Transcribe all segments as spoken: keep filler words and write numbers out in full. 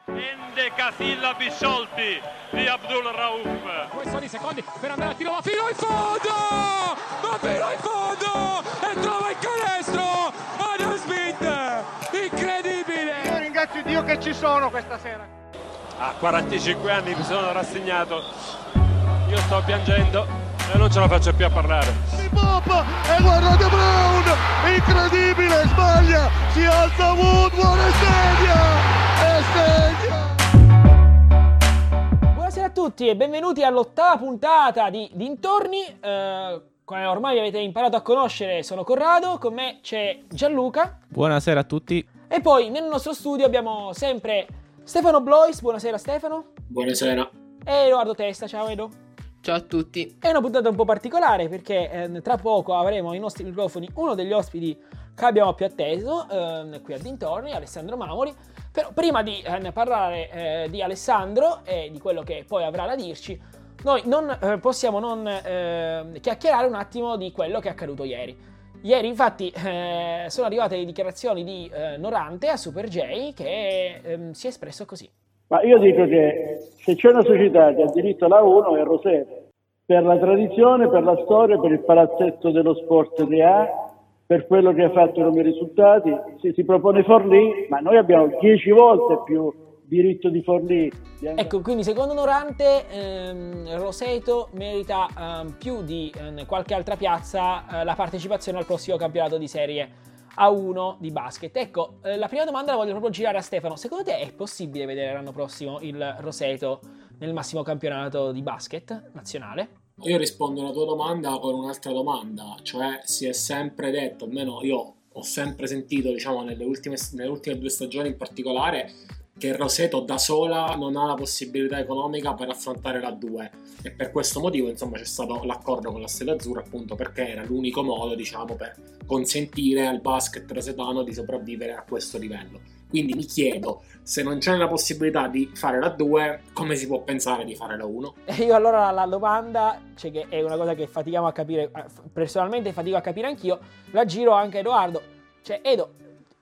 Endecasillabi sciolti di Abdul Rauf. Poi sono i secondi per andare a tiro, ma fino in fondo! Ma fino in fondo! E trova il canestro! Adam Smith! Incredibile! Io ringrazio Dio che ci sono questa sera. A quarantacinque anni mi sono rassegnato. Io sto piangendo e non ce la faccio più a parlare. Di Pop e guardate Brown! Incredibile! Sbaglia! Si alza Woodward e segna! E segna! Buonasera a tutti e benvenuti all'ottava puntata di Dintorni. Eh, come ormai avete imparato a conoscere, sono Corrado, con me c'è Gianluca. Buonasera a tutti. E poi nel nostro studio abbiamo sempre Stefano Blois. Buonasera Stefano. Buonasera. E Edoardo Testa. Ciao Edo. Ciao a tutti. È una puntata un po' particolare perché eh, tra poco avremo ai nostri microfoni uno degli ospiti che abbiamo più atteso eh, qui a Dintorni, Alessandro Mamoli. Però prima di eh, parlare eh, di Alessandro e di quello che poi avrà da dirci, noi non eh, possiamo non eh, chiacchierare un attimo di quello che è accaduto ieri. Ieri infatti eh, sono arrivate le dichiarazioni di eh, Norante a Super J che eh, si è espresso così. Ma io dico che se c'è una società che ha diritto alla uno è Roseto, per la tradizione, per la storia, per il palazzetto dello sport che ha, per quello che ha fatto come risultati. Se si propone Forlì, ma noi abbiamo dieci volte più diritto di Forlì. Ecco, quindi secondo Norante ehm, Roseto merita ehm, più di ehm, qualche altra piazza eh, la partecipazione al prossimo campionato di Serie A uno di basket. Ecco, eh, la prima domanda la voglio proprio girare a Stefano. Secondo te è possibile vedere l'anno prossimo il Roseto nel massimo campionato di basket nazionale? Io rispondo alla tua domanda con un'altra domanda, cioè si è sempre detto, almeno io ho sempre sentito, diciamo, nelle ultime, nelle ultime due stagioni in particolare, che il Roseto da sola non ha la possibilità economica per affrontare la due, e per questo motivo insomma c'è stato l'accordo con la Stella Azzurra, appunto perché era l'unico modo, diciamo, per consentire al basket rosetano di sopravvivere a questo livello. Quindi mi chiedo, se non c'è la possibilità di fare la due, come si può pensare di fare la uno? E io allora la domanda, cioè che è una cosa che fatichiamo a capire, personalmente fatico a capire anch'io, la giro anche a Edoardo. Cioè Edo,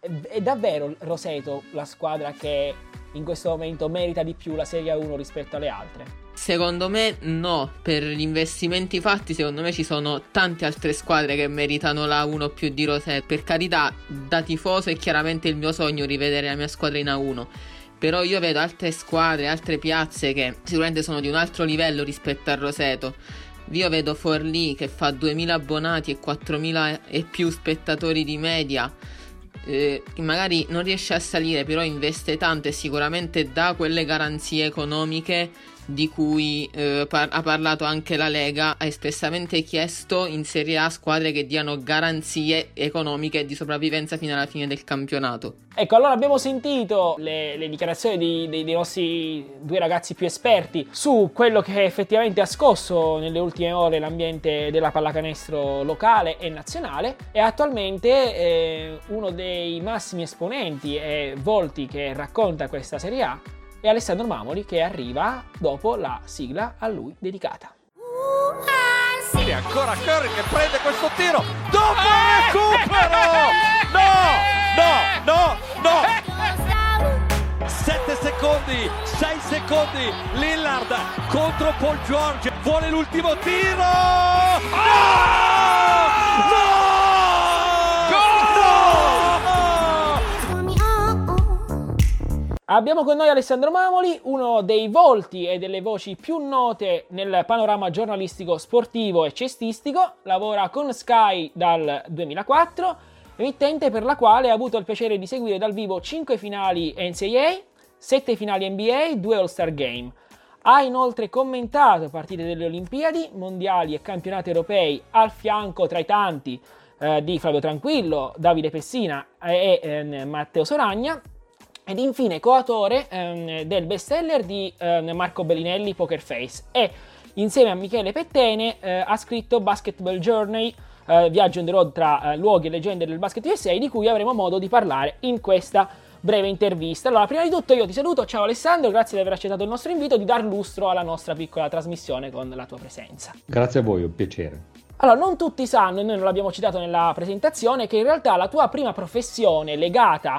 è davvero Roseto la squadra che in questo momento merita di più la Serie A uno rispetto alle altre? Secondo me no, per gli investimenti fatti secondo me ci sono tante altre squadre che meritano la uno più di Roseto. Per carità, da tifoso è chiaramente il mio sogno rivedere la mia squadra in A uno, però io vedo altre squadre, altre piazze che sicuramente sono di un altro livello rispetto a Roseto. Io vedo Forlì che fa duemila abbonati e quattromila e più spettatori di media, eh, magari non riesce a salire, però investe tanto e sicuramente dà quelle garanzie economiche di cui eh, par- ha parlato anche la Lega. Ha espressamente chiesto in Serie A squadre che diano garanzie economiche di sopravvivenza fino alla fine del campionato. Ecco, allora abbiamo sentito le, le dichiarazioni di, dei, dei nostri due ragazzi più esperti su quello che effettivamente ha scosso nelle ultime ore l'ambiente della pallacanestro locale e nazionale, e attualmente eh, uno dei massimi esponenti e volti che racconta questa Serie A è Alessandro Mamoli, che arriva dopo la sigla a lui dedicata. E ancora Curry che prende questo tiro dopo il recupero. No, no, no, no. sette secondi, sei secondi. Lillard contro Paul George, vuole l'ultimo tiro. No! No! Abbiamo con noi Alessandro Mamoli, uno dei volti e delle voci più note nel panorama giornalistico sportivo e cestistico. Lavora con Sky dal duemilaquattro, emittente per la quale ha avuto il piacere di seguire dal vivo cinque finali N C A A, sette finali N B A, due All-Star Game. Ha inoltre commentato partite delle Olimpiadi, mondiali e campionati europei al fianco tra i tanti eh, di Flavio Tranquillo, Davide Pessina e eh, Matteo Soragna. Ed infine coautore ehm, del bestseller di ehm, Marco Bellinelli, Poker Face, e insieme a Michele Pettene eh, ha scritto Basketball Journey, eh, viaggio on the road tra eh, luoghi e leggende del basket U S A, di cui avremo modo di parlare in questa breve intervista. Allora, prima di tutto io ti saluto, ciao Alessandro, grazie di aver accettato il nostro invito, di dar lustro alla nostra piccola trasmissione con la tua presenza. Grazie a voi, è un piacere. Allora, non tutti sanno, e noi non l'abbiamo citato nella presentazione, che in realtà la tua prima professione legata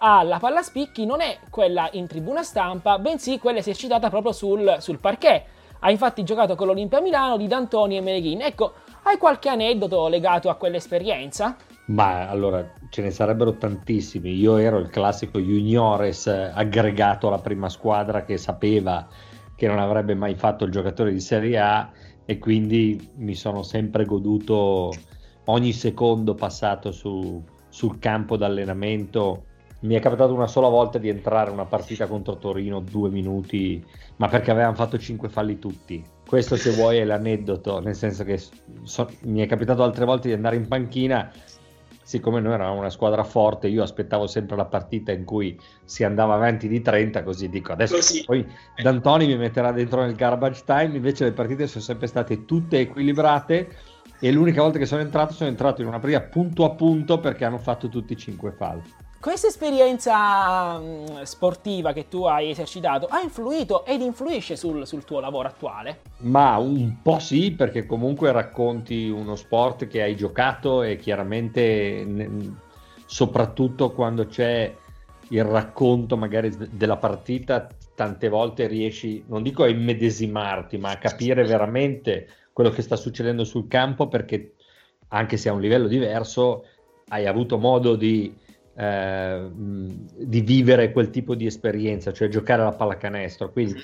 alla palla a spicchi non è quella in tribuna stampa, bensì quella esercitata proprio sul, sul parquet. Ha infatti giocato con l'Olimpia Milano di D'Antoni e Meleghin. Ecco, hai qualche aneddoto legato a quell'esperienza? Ma allora, ce ne sarebbero tantissimi. Io ero il classico juniores aggregato alla prima squadra che sapeva che non avrebbe mai fatto il giocatore di Serie A, e quindi mi sono sempre goduto ogni secondo passato su, sul campo d'allenamento. Mi è capitato una sola volta di entrare in una partita contro Torino due minuti, ma perché avevano fatto cinque falli tutti. Questo, se vuoi, è l'aneddoto, nel senso che so, mi è capitato altre volte di andare in panchina. Siccome noi eravamo una squadra forte, io aspettavo sempre la partita in cui si andava avanti di trenta, così dico adesso così. Poi D'Antoni mi metterà dentro nel garbage time. Invece le partite sono sempre state tutte equilibrate, e l'unica volta che sono entrato sono entrato in una partita punto a punto perché hanno fatto tutti cinque falli. Questa esperienza mh, sportiva che tu hai esercitato ha influito ed influisce sul, sul tuo lavoro attuale? Ma un po' sì, perché comunque racconti uno sport che hai giocato, e chiaramente ne, soprattutto quando c'è il racconto magari della partita, tante volte riesci, non dico a immedesimarti, ma a capire veramente quello che sta succedendo sul campo, perché anche se a un livello diverso hai avuto modo di Eh, di vivere quel tipo di esperienza, cioè giocare alla pallacanestro. Quindi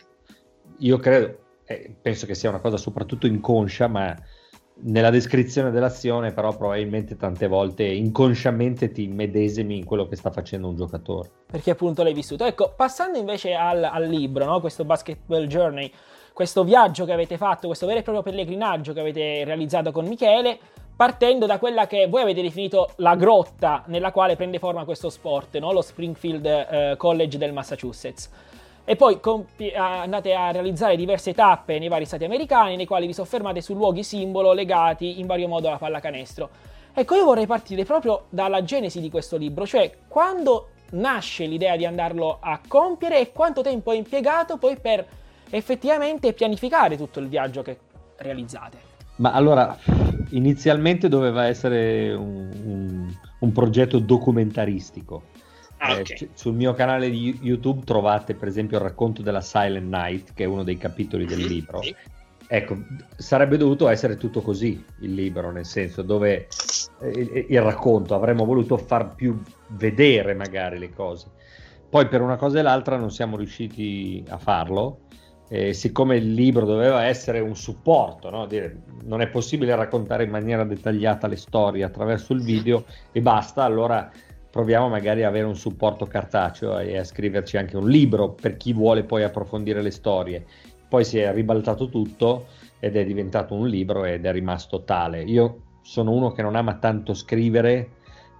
io credo, eh, penso che sia una cosa soprattutto inconscia, ma nella descrizione dell'azione però probabilmente tante volte inconsciamente ti medesimi in quello che sta facendo un giocatore, perché appunto l'hai vissuto. Ecco, passando invece al, al libro, no? Questo Basketball Journey, questo viaggio che avete fatto, questo vero e proprio pellegrinaggio che avete realizzato con Michele, partendo da quella che voi avete definito la grotta nella quale prende forma questo sport, no? Lo Springfield eh, College del Massachusetts. E poi compi- andate a realizzare diverse tappe nei vari stati americani, nei quali vi soffermate su luoghi simbolo legati in vario modo alla pallacanestro. Ecco, io vorrei partire proprio dalla genesi di questo libro, cioè quando nasce l'idea di andarlo a compiere e quanto tempo è impiegato poi per effettivamente pianificare tutto il viaggio che realizzate. Ma allora, inizialmente doveva essere un, un, un progetto documentaristico. Ah, okay. eh, c- sul mio canale di YouTube trovate per esempio il racconto della Silent Night, che è uno dei capitoli del libro. Ecco, sarebbe dovuto essere tutto così il libro, nel senso dove eh, il, il racconto avremmo voluto far più vedere magari le cose. Poi per una cosa e l'altra non siamo riusciti a farlo. Eh, siccome il libro doveva essere un supporto, no? Dire, non è possibile raccontare in maniera dettagliata le storie attraverso il video e basta, allora proviamo magari a avere un supporto cartaceo e a scriverci anche un libro per chi vuole poi approfondire le storie. Poi si è ribaltato tutto ed è diventato un libro ed è rimasto tale. Io sono uno che non ama tanto scrivere,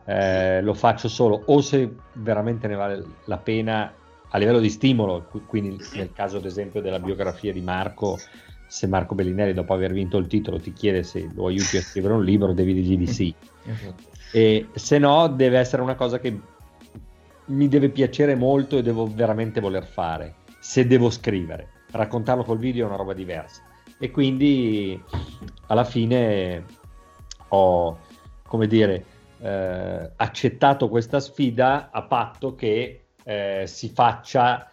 eh, lo faccio solo o se veramente ne vale la pena a livello di stimolo, quindi nel caso ad esempio della biografia di Marco, se Marco Bellinelli dopo aver vinto il titolo ti chiede se lo aiuti a scrivere un libro, devi dirgli di sì. E se no deve essere una cosa che mi deve piacere molto e devo veramente voler fare. Se devo scrivere, raccontarlo col video è una roba diversa, e quindi alla fine ho, come dire, eh, accettato questa sfida a patto che Eh, si faccia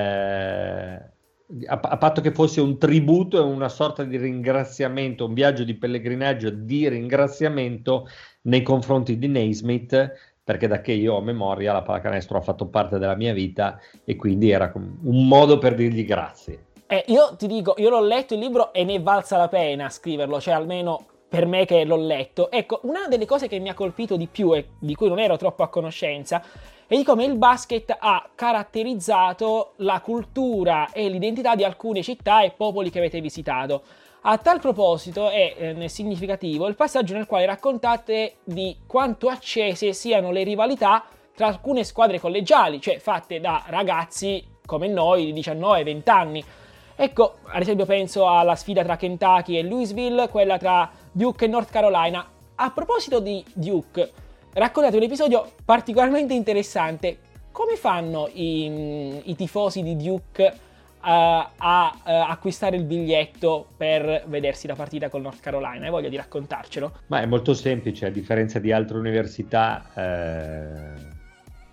eh, a, a patto che fosse un tributo e una sorta di ringraziamento, un viaggio di pellegrinaggio di ringraziamento nei confronti di Naismith, perché da che io ho memoria la pallacanestro ha fatto parte della mia vita e quindi era un modo per dirgli grazie. Eh, io ti dico, io l'ho letto il libro e ne è valsa la pena scriverlo, cioè almeno per me che l'ho letto. Ecco, una delle cose che mi ha colpito di più e di cui non ero troppo a conoscenza è di come il basket ha caratterizzato la cultura e l'identità di alcune città e popoli che avete visitato. A tal proposito è eh, significativo il passaggio nel quale raccontate di quanto accese siano le rivalità tra alcune squadre collegiali, cioè fatte da ragazzi come noi di diciannove venti anni. Ecco, ad esempio penso alla sfida tra Kentucky e Louisville, quella tra Duke e North Carolina. A proposito di Duke, raccontate un episodio particolarmente interessante. Come fanno i, i tifosi di Duke uh, a uh, acquistare il biglietto per vedersi la partita col North Carolina? Hai voglia di raccontarcelo? Ma è molto semplice, a differenza di altre università, eh,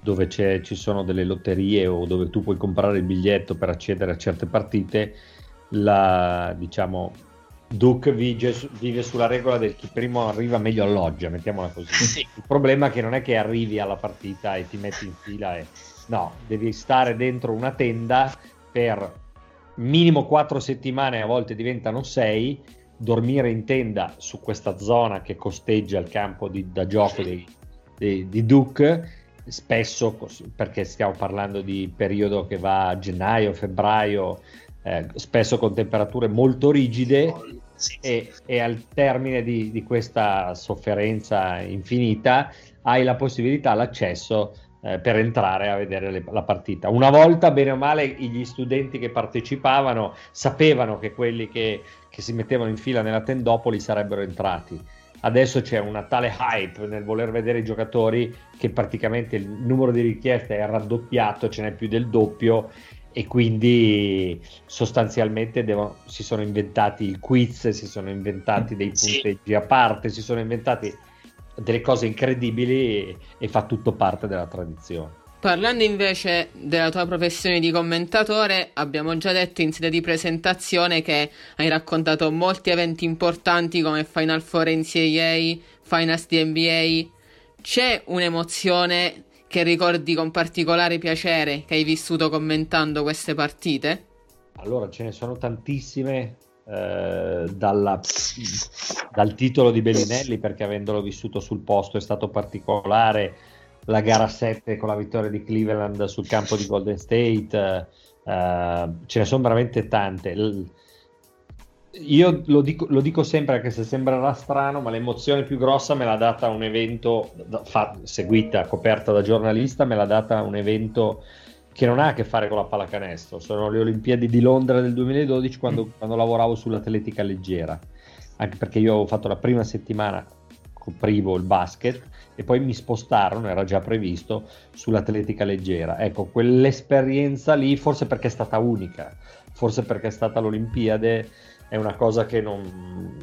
dove c'è, ci sono delle lotterie o dove tu puoi comprare il biglietto per accedere a certe partite, la, diciamo, Duke vive, vive sulla regola del chi primo arriva meglio alloggia, mettiamola così. Sì. Il problema è che non è che arrivi alla partita e ti metti in fila e no, devi stare dentro una tenda per minimo quattro settimane, a volte diventano sei, dormire in tenda su questa zona che costeggia il campo di, da gioco di, di, di Duke, spesso, perché stiamo parlando di periodo che va a gennaio, febbraio, eh, spesso con temperature molto rigide, sì. e, e al termine di, di questa sofferenza infinita hai la possibilità, l'accesso eh, per entrare a vedere le, la partita. Una volta, bene o male, gli studenti che partecipavano sapevano che quelli che, che si mettevano in fila nella tendopoli sarebbero entrati. Adesso c'è una tale hype nel voler vedere i giocatori che praticamente il numero di richieste è raddoppiato, ce n'è più del doppio, e quindi sostanzialmente devono, si sono inventati il quiz, si sono inventati dei punteggi sì. a parte, si sono inventati delle cose incredibili e, e fa tutto parte della tradizione. Parlando invece della tua professione di commentatore, abbiamo già detto in sede di presentazione che hai raccontato molti eventi importanti come Final Four N C A A, Finals di N B A. C'è un'emozione che ricordi con particolare piacere che hai vissuto commentando queste partite? Allora, ce ne sono tantissime, eh, dalla, dal titolo di Bellinelli, perché avendolo vissuto sul posto è stato particolare, la gara sette con la vittoria di Cleveland sul campo di Golden State, eh, ce ne sono veramente tante. L- io lo dico, lo dico sempre, anche se sembrerà strano, ma l'emozione più grossa me l'ha data un evento fa, seguita, coperta da giornalista, me l'ha data un evento che non ha a che fare con la pallacanestro. Sono le Olimpiadi di Londra del duemiladodici, quando, quando lavoravo sull'atletica leggera, anche perché io avevo fatto la prima settimana, coprivo il basket, e poi mi spostarono, era già previsto, sull'atletica leggera. Ecco, quell'esperienza lì, forse perché è stata unica, forse perché è stata l'Olimpiade, è una cosa che non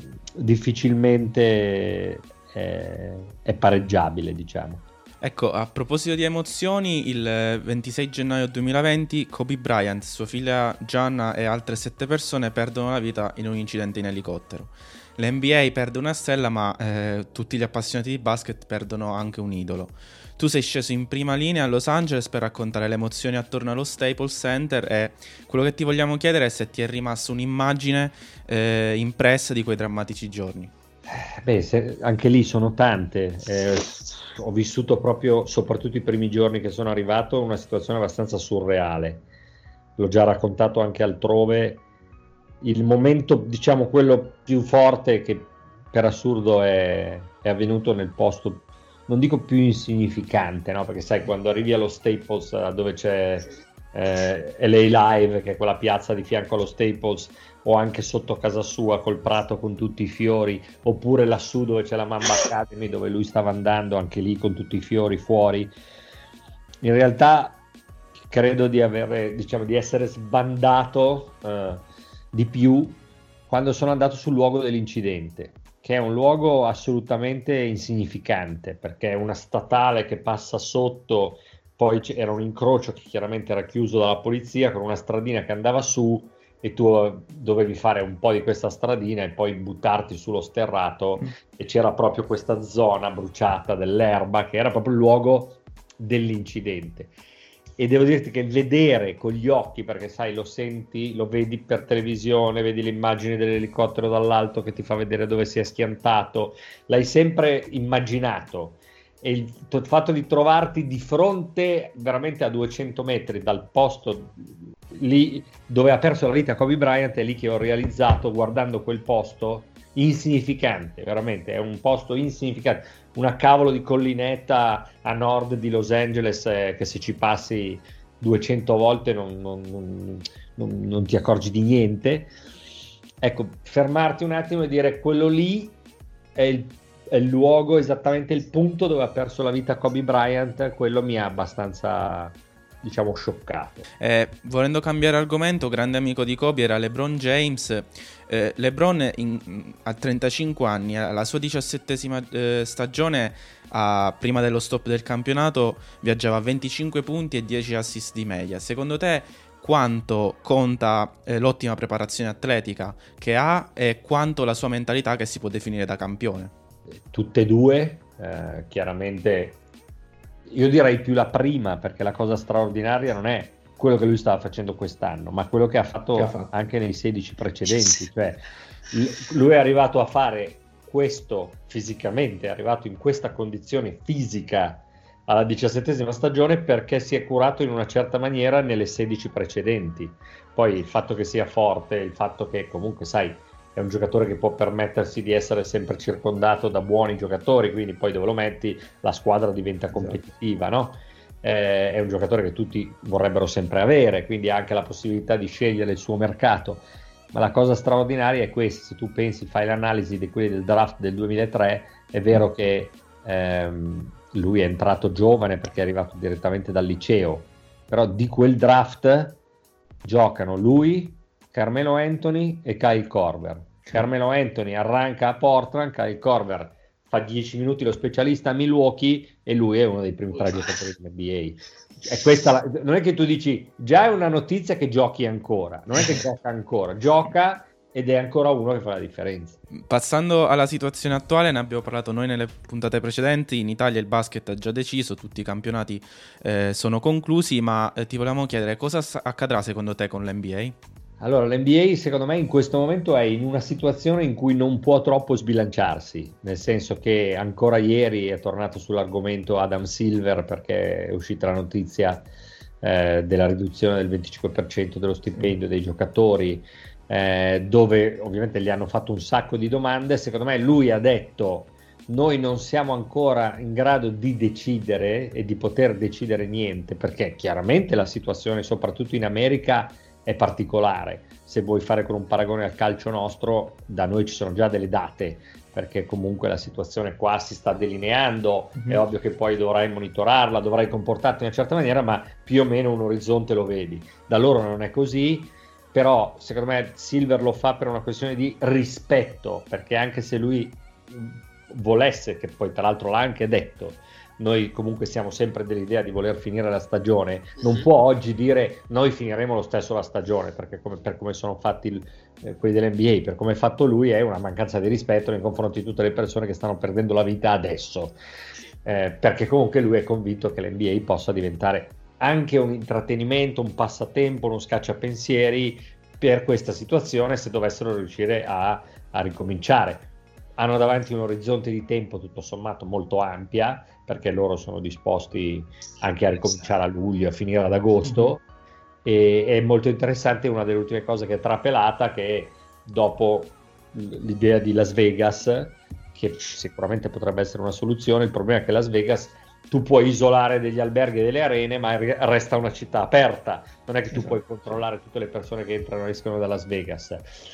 difficilmente è, è pareggiabile, diciamo. Ecco, a proposito di emozioni, il ventisei gennaio duemilaventi Kobe Bryant, sua figlia Gianna e altre sette persone perdono la vita in un incidente in elicottero. L'N B A perde una stella, ma eh, tutti gli appassionati di basket perdono anche un idolo. Tu sei sceso in prima linea a Los Angeles per raccontare le emozioni attorno allo Staples Center, e quello che ti vogliamo chiedere è se ti è rimasta un'immagine eh, impressa di quei drammatici giorni. Beh, se, anche lì sono tante. Eh, ho vissuto proprio, soprattutto i primi giorni che sono arrivato, una situazione abbastanza surreale. L'ho già raccontato anche altrove. Il momento, diciamo, quello più forte, che per assurdo è, è avvenuto nel posto, non dico più insignificante, no? Perché sai, quando arrivi allo Staples, dove c'è eh, L A Live, che è quella piazza di fianco allo Staples, o anche sotto casa sua col prato con tutti i fiori, oppure lassù dove c'è la Mamba Academy, dove lui stava andando, anche lì con tutti i fiori fuori. In realtà credo di avere, diciamo, di essere sbandato eh, di più quando sono andato sul luogo dell'incidente, che è un luogo assolutamente insignificante, perché è una statale che passa sotto, poi c'era un incrocio che chiaramente era chiuso dalla polizia, con una stradina che andava su, e tu dovevi fare un po' di questa stradina e poi buttarti sullo sterrato, mm. e c'era proprio questa zona bruciata dell'erba che era proprio il luogo dell'incidente. E devo dirti che vedere con gli occhi, perché sai, lo senti, lo vedi per televisione, vedi l'immagine dell'elicottero dall'alto che ti fa vedere dove si è schiantato, l'hai sempre immaginato, e il, il fatto di trovarti di fronte veramente a duecento metri dal posto lì dove ha perso la vita Kobe Bryant, è lì che ho realizzato, guardando quel posto insignificante, veramente è un posto insignificante, una cavolo di collinetta a nord di Los Angeles, eh, che se ci passi duecento volte non, non, non, non, non ti accorgi di niente. Ecco, fermarti un attimo e dire quello lì è il, è il luogo, esattamente il punto dove ha perso la vita Kobe Bryant, quello mi ha abbastanza diciamo scioccato. Eh, volendo cambiare argomento, grande amico di Kobe era LeBron James. eh, LeBron in, a trentacinque anni, alla sua diciassettesima eh, stagione, a, prima dello stop del campionato, viaggiava a venticinque punti e dieci assist di media. Secondo te quanto conta eh, l'ottima preparazione atletica che ha e quanto la sua mentalità che si può definire da campione? Tutte e due, eh, chiaramente io direi più la prima, perché la cosa straordinaria non è quello che lui stava facendo quest'anno, ma quello che ha fatto, che ha fatto. anche nei sedici precedenti. Cioè, lui è arrivato a fare questo fisicamente, è arrivato in questa condizione fisica alla diciassettesima stagione perché si è curato in una certa maniera nelle sedici precedenti. Poi il fatto che sia forte, il fatto che comunque, sai, è un giocatore che può permettersi di essere sempre circondato da buoni giocatori, quindi poi dove lo metti la squadra diventa competitiva, no? Eh, è un giocatore che tutti vorrebbero sempre avere, quindi ha anche la possibilità di scegliere il suo mercato. Ma la cosa straordinaria è questa: se tu pensi, fai l'analisi di quelli del draft del duemilatré, è vero che ehm, lui è entrato giovane perché è arrivato direttamente dal liceo, però di quel draft giocano lui, Carmelo Anthony e Kyle Korver. Carmelo Anthony arranca a Portland, Kyle Korver fa dieci minuti lo specialista a Milwaukee e lui è uno dei primi tre giocatori dell'N B A. E questa la, non è che tu dici già è una notizia che giochi ancora, non è che gioca ancora, gioca ed è ancora uno che fa la differenza. Passando alla situazione attuale, ne abbiamo parlato noi nelle puntate precedenti. In Italia il basket ha già deciso, tutti i campionati eh, sono conclusi, ma eh, ti volevamo chiedere cosa accadrà secondo te con l'N B A? Allora, l'N B A secondo me in questo momento è in una situazione in cui non può troppo sbilanciarsi, nel senso che ancora ieri è tornato sull'argomento Adam Silver perché è uscita la notizia eh, della riduzione del venticinque per cento dello stipendio dei giocatori, eh, dove ovviamente gli hanno fatto un sacco di domande. Secondo me lui ha detto: noi non siamo ancora in grado di decidere e di poter decidere niente, perché chiaramente la situazione soprattutto in America è particolare. Se vuoi fare con un paragone al calcio nostro, da noi ci sono già delle date, perché comunque la situazione qua si sta delineando, mm-hmm. È ovvio che poi dovrai monitorarla, dovrai comportarti in una certa maniera, ma più o meno un orizzonte lo vedi. Da loro non è così, però secondo me Silver lo fa per una questione di rispetto, perché anche se lui volesse, che poi tra l'altro l'ha anche detto, noi comunque siamo sempre dell'idea di voler finire la stagione, non può oggi dire noi finiremo lo stesso la stagione, perché come, per come sono fatti il, eh, quelli dell'N B A, per come è fatto lui, è una mancanza di rispetto nei confronti di tutte le persone che stanno perdendo la vita adesso, eh, perché comunque lui è convinto che l'N B A possa diventare anche un intrattenimento, un passatempo, uno scacciapensieri per questa situazione, se dovessero riuscire a, a ricominciare. Hanno davanti un orizzonte di tempo tutto sommato molto ampia, perché loro sono disposti anche a ricominciare a luglio, a finire ad agosto, e è molto interessante. Una delle ultime cose che è trapelata, che dopo l'idea di Las Vegas, che sicuramente potrebbe essere una soluzione, il problema è che Las Vegas tu puoi isolare degli alberghi e delle arene, ma resta una città aperta, non è che tu esatto. puoi controllare tutte le persone che entrano e escono da Las Vegas.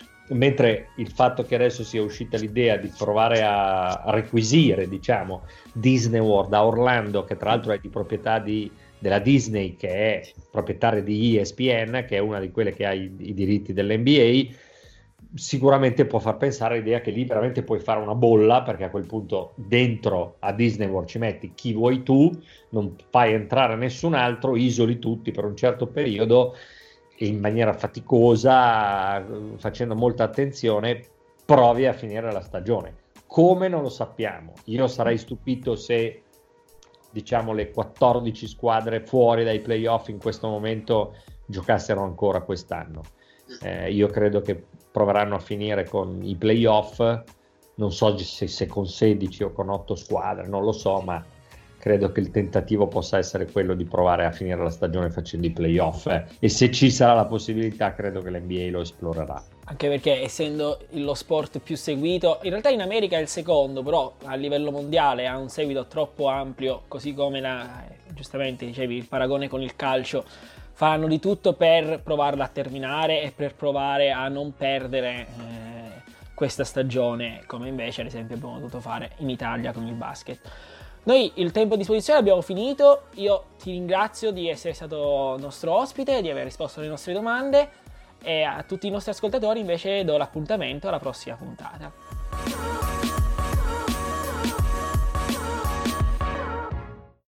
Mentre il fatto che adesso sia uscita l'idea di provare a requisire, diciamo, Disney World a Orlando, che tra l'altro è di proprietà di, della Disney, che è proprietaria di E S P N, che è una di quelle che ha i, i diritti dell'N B A, sicuramente può far pensare all'idea che lì veramente puoi fare una bolla, perché a quel punto dentro a Disney World ci metti chi vuoi tu, non fai entrare nessun altro, isoli tutti per un certo periodo, in maniera faticosa, facendo molta attenzione, provi a finire la stagione. Come non lo sappiamo. Io sarei stupito se, diciamo, le quattordici squadre fuori dai playoff in questo momento giocassero ancora quest'anno. Eh, io credo che proveranno a finire con i playoff, non so se, se con sedici o con otto squadre, non lo so, ma credo che il tentativo possa essere quello di provare a finire la stagione facendo i playoff, eh. e se ci sarà la possibilità credo che l'N B A lo esplorerà. Anche perché essendo lo sport più seguito, in realtà in America è il secondo, però a livello mondiale ha un seguito troppo ampio, così come la, giustamente dicevi il paragone con il calcio, faranno di tutto per provarla a terminare e per provare a non perdere eh, questa stagione, come invece ad esempio abbiamo dovuto fare in Italia con il basket. Noi il tempo a disposizione l'abbiamo finito, io ti ringrazio di essere stato nostro ospite, di aver risposto alle nostre domande, e a tutti i nostri ascoltatori invece do l'appuntamento alla prossima puntata.